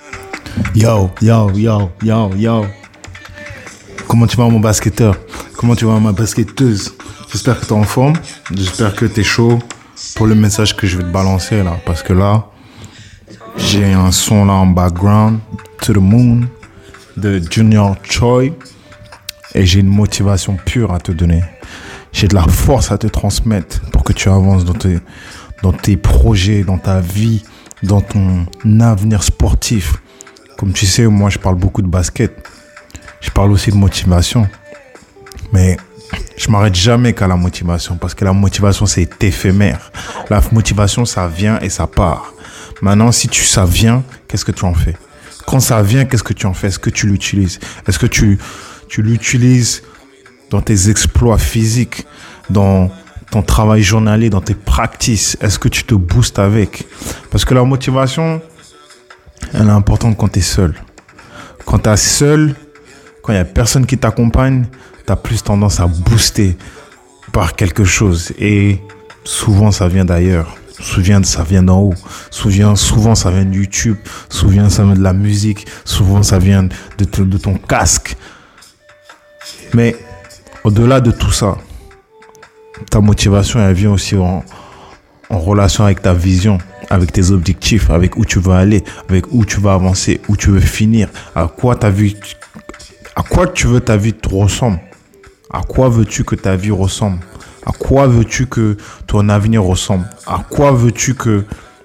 Yo, yo, yo, yo, yo. Comment tu vas mon basketteur? Comment tu vas ma basketteuse? J'espère que t'es en forme. J'espère que t'es chaud pour le message que je vais te balancer là. Parce que là, j'ai un son là en background, To the Moon, de Junior Choi. Et j'ai une motivation pure à te donner. J'ai de la force à te transmettre pour que tu avances dans tes projets, dans ta vie, dans ton avenir sportif. Comme tu sais, moi, je parle beaucoup de basket. Je parle aussi de motivation. Mais je m'arrête jamais qu'à la motivation. Parce que la motivation, c'est éphémère. La motivation, ça vient et ça part. Maintenant, si ça vient, qu'est-ce que tu en fais? Quand ça vient, qu'est-ce que tu en fais? Est-ce que tu l'utilises? Est-ce que tu l'utilises dans tes exploits physiques, dans ton travail journalier, dans tes practices? Est-ce que tu te boostes avec? Parce que la motivation, elle est importante quand tu es seul. Quand tu es seul, quand il n'y a personne qui t'accompagne, tu as plus tendance à booster par quelque chose. Et souvent, ça vient d'ailleurs. Ça vient d'en haut. Souvent, ça vient de YouTube. Souvent, ça vient de la musique. Souvent, ça vient de ton casque. Mais au-delà de tout ça, ta motivation, elle vient aussi en relation avec ta vision, avec tes objectifs, avec où tu veux aller, avec où tu vas avancer, où tu veux finir, à quoi tu veux ta vie te ressemble, à quoi veux-tu que ta vie ressemble, à quoi veux-tu que ton avenir ressemble, à quoi veux-tu que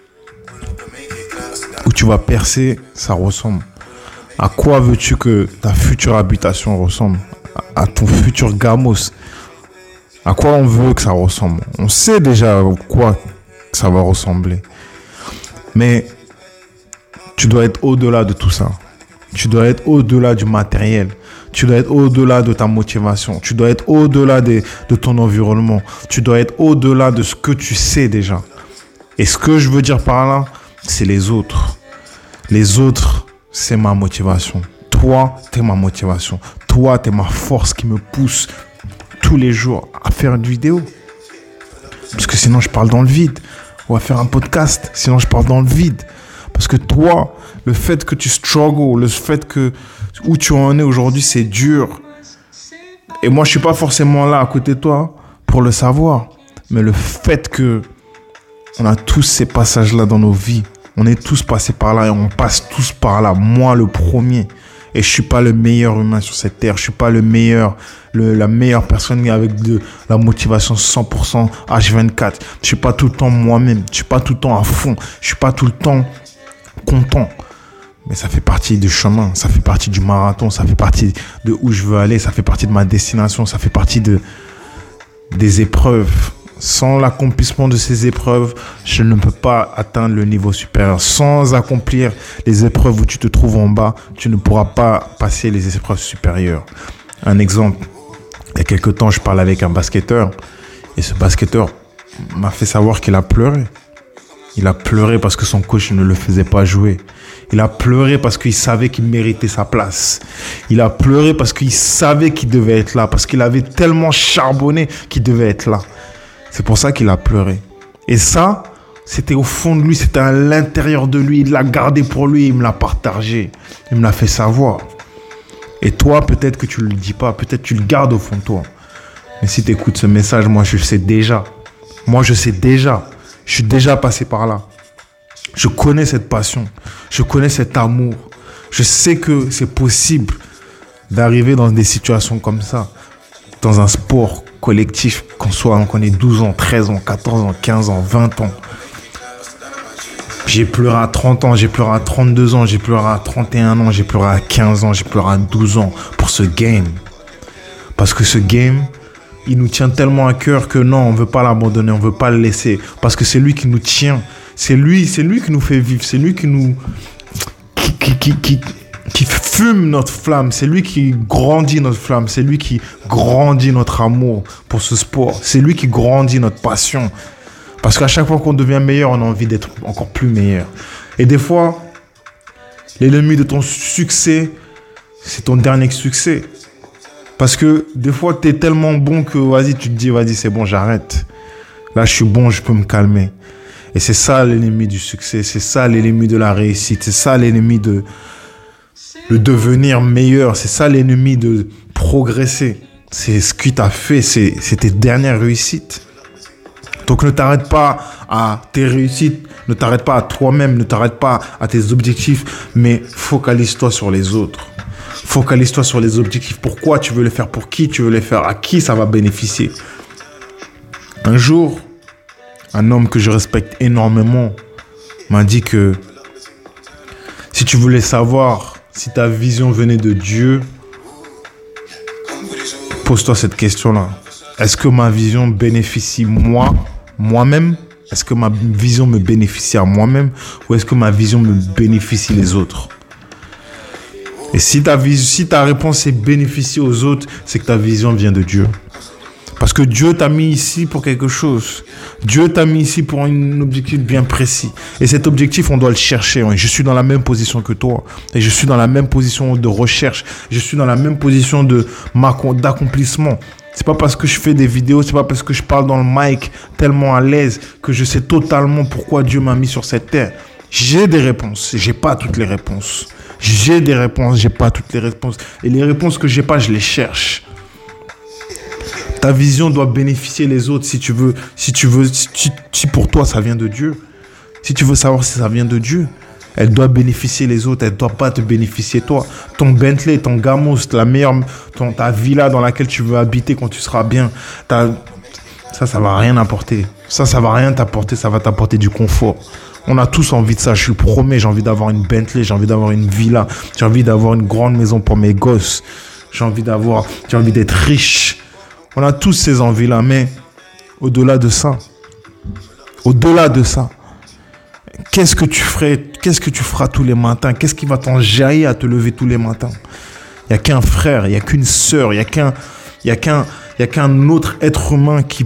où tu vas percer, ça ressemble, à quoi veux-tu que ta future habitation ressemble, à ton futur gamos. À quoi on veut que ça ressemble? On sait déjà à quoi ça va ressembler. Mais tu dois être au-delà de tout ça. Tu dois être au-delà du matériel. Tu dois être au-delà de ta motivation. Tu dois être au-delà de ton environnement. Tu dois être au-delà de ce que tu sais déjà. Et ce que je veux dire par là, c'est les autres. Les autres, c'est ma motivation. Toi, t'es ma motivation. Toi, t'es ma force qui me pousse tous les jours à faire une vidéo. Parce que sinon, je parle dans le vide. On va faire un podcast. Sinon, je parle dans le vide. Parce que toi, le fait que tu struggles, le fait que où tu en es aujourd'hui, c'est dur. Et moi, je suis pas forcément là à côté de toi pour le savoir. Mais le fait que on a tous ces passages-là dans nos vies. On est tous passés par là et on passe tous par là. Moi, le premier. Et je suis pas le meilleur humain sur cette terre. Je suis pas la meilleure personne avec de la motivation 100% H24. Je suis pas tout le temps moi-même. Je suis pas tout le temps à fond. Je suis pas tout le temps content. Mais ça fait partie du chemin. Ça fait partie du marathon. Ça fait partie de où je veux aller. Ça fait partie de ma destination. Ça fait partie des épreuves. Sans l'accomplissement de ces épreuves, je ne peux pas atteindre le niveau supérieur. Sans accomplir les épreuves où tu te trouves en bas, tu ne pourras pas passer les épreuves supérieures. Un exemple, il y a quelques temps, je parlais avec un basketteur et ce basketteur m'a fait savoir qu'il a pleuré. Il a pleuré parce que son coach ne le faisait pas jouer. Il a pleuré parce qu'il savait qu'il méritait sa place. Il a pleuré parce qu'il savait qu'il devait être là, parce qu'il avait tellement charbonné qu'il devait être là. C'est pour ça qu'il a pleuré. Et ça, c'était au fond de lui, c'était à l'intérieur de lui. Il l'a gardé pour lui, il me l'a partagé. Il me l'a fait savoir. Et toi, peut-être que tu ne le dis pas, peut-être que tu le gardes au fond de toi. Mais si tu écoutes ce message, moi, je sais déjà. Moi, je sais déjà. Je suis déjà passé par là. Je connais cette passion. Je connais cet amour. Je sais que c'est possible d'arriver dans des situations comme ça. Dans un sport collectif, qu'on ait 12 ans, 13 ans, 14 ans, 15 ans, 20 ans. J'ai pleuré à 30 ans, j'ai pleuré à 32 ans, j'ai pleuré à 31 ans, j'ai pleuré à 15 ans, j'ai pleuré à 12 ans pour ce game. Parce que ce game, il nous tient tellement à cœur que non, on ne veut pas l'abandonner, on ne veut pas le laisser. Parce que c'est lui qui nous tient. C'est lui qui nous fait vivre. C'est lui qui nous... qui fume notre flamme. C'est lui qui grandit notre flamme. C'est lui qui grandit notre amour pour ce sport. C'est lui qui grandit notre passion. Parce qu'à chaque fois qu'on devient meilleur, on a envie d'être encore plus meilleur. Et des fois, l'ennemi de ton succès, c'est ton dernier succès. Parce que des fois, tu es tellement bon que tu te dis, vas-y, c'est bon, j'arrête. Là, je suis bon, je peux me calmer. Et c'est ça l'ennemi du succès, c'est ça l'ennemi de la réussite, c'est ça l'ennemi de devenir meilleur, c'est ça l'ennemi de progresser. C'est ce qui t'a fait, c'est tes dernières réussites. Donc ne t'arrête pas à tes réussites, ne t'arrête pas à toi-même, ne t'arrête pas à tes objectifs, mais focalise-toi sur les autres. Focalise-toi sur les objectifs. Pourquoi tu veux les faire? Pour qui tu veux les faire? À qui ça va bénéficier? Un jour, un homme que je respecte énormément m'a dit que si tu voulais savoir si ta vision venait de Dieu, pose-toi cette question-là. Est-ce que ma vision bénéficie moi-même? Est-ce que ma vision me bénéficie à moi-même? Ou est-ce que ma vision me bénéficie les autres? Et si ta réponse est bénéficier aux autres, c'est que ta vision vient de Dieu. Parce que Dieu t'a mis ici pour quelque chose. Dieu t'a mis ici pour un objectif bien précis. Et cet objectif, on doit le chercher. Je suis dans la même position que toi. Et je suis dans la même position de recherche. Je suis dans la même position d'accomplissement. C'est pas parce que je fais des vidéos, c'est pas parce que je parle dans le mic tellement à l'aise que je sais totalement pourquoi Dieu m'a mis sur cette terre. J'ai des réponses. J'ai pas toutes les réponses. J'ai des réponses. J'ai pas toutes les réponses. Et les réponses que j'ai pas, je les cherche. Ta vision doit bénéficier les autres si pour toi ça vient de Dieu. Si tu veux savoir si ça vient de Dieu, elle doit bénéficier les autres, elle ne doit pas te bénéficier toi. Ton Bentley, ton Gamos, ta villa dans laquelle tu veux habiter quand tu seras bien, ça va rien apporter. Ça va rien t'apporter, ça va t'apporter du confort. On a tous envie de ça, je suis promets, j'ai envie d'avoir une Bentley, j'ai envie d'avoir une villa, j'ai envie d'avoir une grande maison pour mes gosses, j'ai envie d'être riche. On a tous ces envies-là, mais au-delà de ça, qu'est-ce que tu feras tous les matins? Qu'est-ce qui va t'enjailler à te lever tous les matins? Il n'y a qu'un frère, il n'y a qu'une sœur, il n'y a qu'un autre être humain qui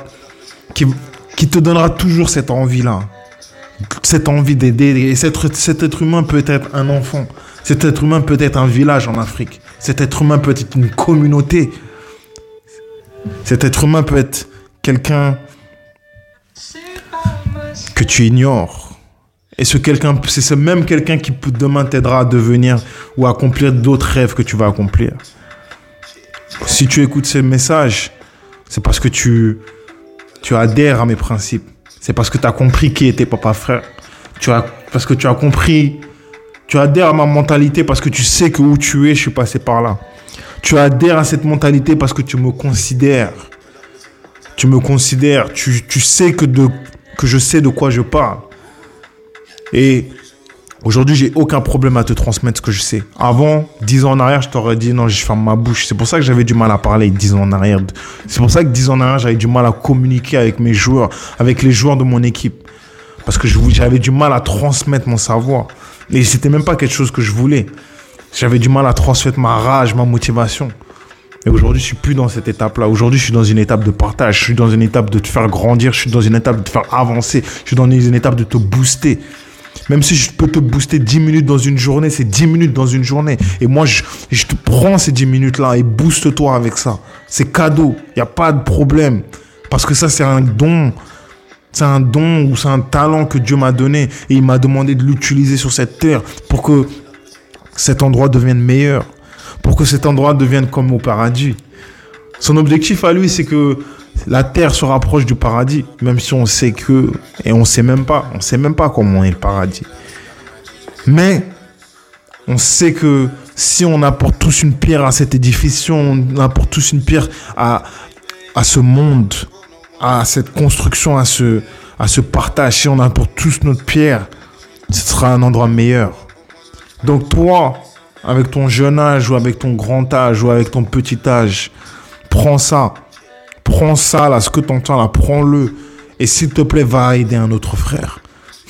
te donnera toujours cette envie-là. Cette envie d'aider. Et cet être humain peut être un enfant. Cet être humain peut être un village en Afrique. Cet être humain peut être une communauté. Cet être humain peut être quelqu'un que tu ignores. Et c'est ce même quelqu'un qui demain t'aidera à devenir ou à accomplir d'autres rêves que tu vas accomplir. Si tu écoutes ces messages, c'est parce que tu adhères à mes principes. C'est parce que tu as compris qui était Papa Frère. Parce que tu as compris, tu adhères à ma mentalité parce que tu sais que où tu es, je suis passé par là. Tu adhères à cette mentalité parce que tu me considères. Tu sais que je sais de quoi je parle. Et aujourd'hui, j'ai aucun problème à te transmettre ce que je sais. Avant, 10 ans en arrière, je t'aurais dit non, je ferme ma bouche. C'est pour ça que j'avais du mal à parler 10 ans en arrière. C'est pour ça que 10 ans en arrière, j'avais du mal à communiquer avec mes joueurs, avec les joueurs de mon équipe. Parce que j'avais du mal à transmettre mon savoir. Et c'était même pas quelque chose que je voulais. J'avais du mal à transmettre ma rage, ma motivation. Et aujourd'hui, je suis plus dans cette étape-là. Aujourd'hui, je suis dans une étape de partage. Je suis dans une étape de te faire grandir. Je suis dans une étape de te faire avancer. Je suis dans une étape de te booster. Même si je peux te booster 10 minutes dans une journée, c'est 10 minutes dans une journée. Et moi, je te prends ces 10 minutes-là et booste-toi avec ça. C'est cadeau. Il n'y a pas de problème. Parce que ça, c'est un don. C'est un don ou c'est un talent que Dieu m'a donné. Et il m'a demandé de l'utiliser sur cette terre pour que cet endroit devienne meilleur. Pour que cet endroit devienne comme au paradis. Son objectif à lui, c'est que la terre se rapproche du paradis. Même si on sait que... Et on sait même pas comment est le paradis. Mais on sait que si on apporte tous une pierre à cet édifice, si on apporte tous une pierre à ce monde, à cette construction, à ce partage, si on apporte tous notre pierre, ce sera un endroit meilleur. Donc toi, avec ton jeune âge ou avec ton grand âge ou avec ton petit âge, prends ça là, ce que tu entends là, prends-le. Et s'il te plaît, va aider un autre frère.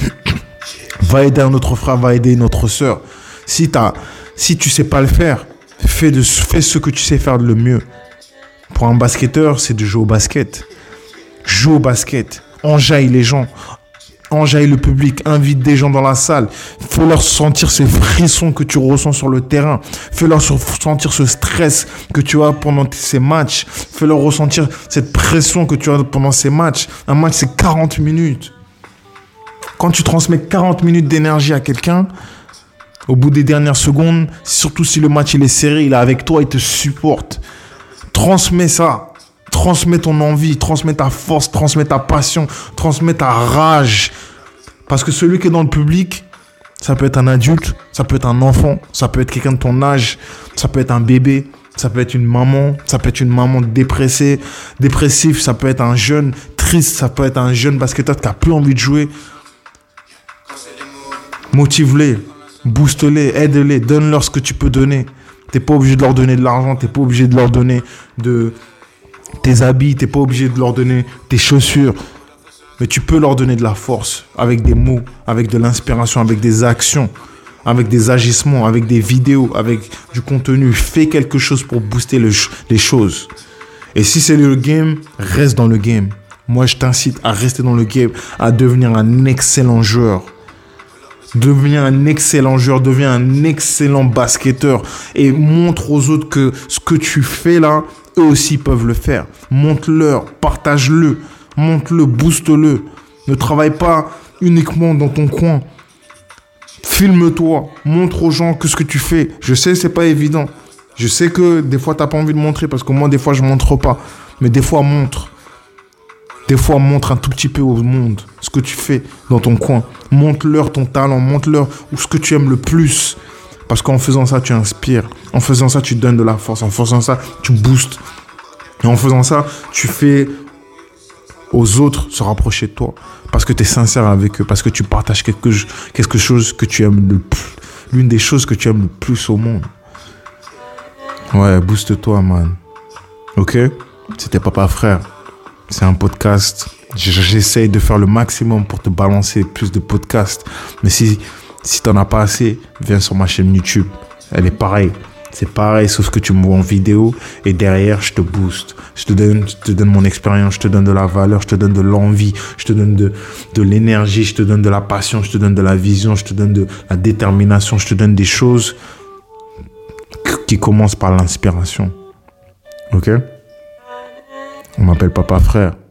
Va aider un autre frère, va aider notre sœur. Si tu sais pas le faire, fais ce que tu sais faire le mieux. Pour un basketteur, c'est de jouer au basket. Joue au basket. Enjaille les gens. Enjaille le public, invite des gens dans la salle, fais-leur sentir ces frissons que tu ressens sur le terrain, fais-leur sentir ce stress que tu as pendant ces matchs, fais-leur ressentir cette pression que tu as pendant ces matchs. Un match, c'est 40 minutes. Quand tu transmets 40 minutes d'énergie à quelqu'un, au bout des dernières secondes, surtout si le match il est serré, il est avec toi, il te supporte. Transmets ça. Transmets ton envie, transmets ta force, transmets ta passion, transmets ta rage. Parce que celui qui est dans le public, ça peut être un adulte, ça peut être un enfant, ça peut être quelqu'un de ton âge, ça peut être un bébé, ça peut être une maman, ça peut être une maman dépressif, ça peut être un jeune triste, ça peut être un jeune basketteur qui n'a plus envie de jouer. Motive-les, booste-les, aide-les, donne-leur ce que tu peux donner. T'es pas obligé de leur donner de l'argent, t'es pas obligé de leur donner tes habits, t'es pas obligé de leur donner tes chaussures. Mais tu peux leur donner de la force avec des mots, avec de l'inspiration, avec des actions, avec des agissements, avec des vidéos, avec du contenu. Fais quelque chose pour booster les choses. Et si c'est le game, reste dans le game. Moi, je t'incite à rester dans le game, à devenir un excellent joueur. Deviens un excellent joueur, deviens un excellent basketteur et montre aux autres que ce que tu fais là, eux aussi peuvent le faire. Montre-leur, partage-le. Monte-le, booste-le. Ne travaille pas uniquement dans ton coin. Filme-toi. Montre aux gens que ce que tu fais. Je sais, c'est pas évident. Je sais que des fois, t'as pas envie de montrer parce que moi, des fois, je montre pas. Mais des fois, montre. Des fois, montre un tout petit peu au monde ce que tu fais dans ton coin. Montre-leur ton talent. Montre-leur ce que tu aimes le plus. Parce qu'en faisant ça, tu inspires. En faisant ça, tu donnes de la force. En faisant ça, tu boostes. Et en faisant ça, tu fais aux autres se rapprocher de toi parce que tu es sincère avec eux, parce que tu partages quelque chose que tu aimes le plus, l'une des choses que tu aimes le plus au monde. Ouais, booste-toi, man. Ok? C'était Papa Frère. C'est un podcast. J'essaye de faire le maximum pour te balancer plus de podcasts. Mais si t'en as pas assez, viens sur ma chaîne YouTube. Elle est pareille. C'est pareil, sauf que tu me vois en vidéo et derrière, je te booste. Je te donne mon expérience, je te donne de la valeur, je te donne de l'envie, je te donne de l'énergie, je te donne de la passion, je te donne de la vision, je te donne de la détermination, je te donne des choses qui commencent par l'inspiration. Ok? On m'appelle Papa Frère.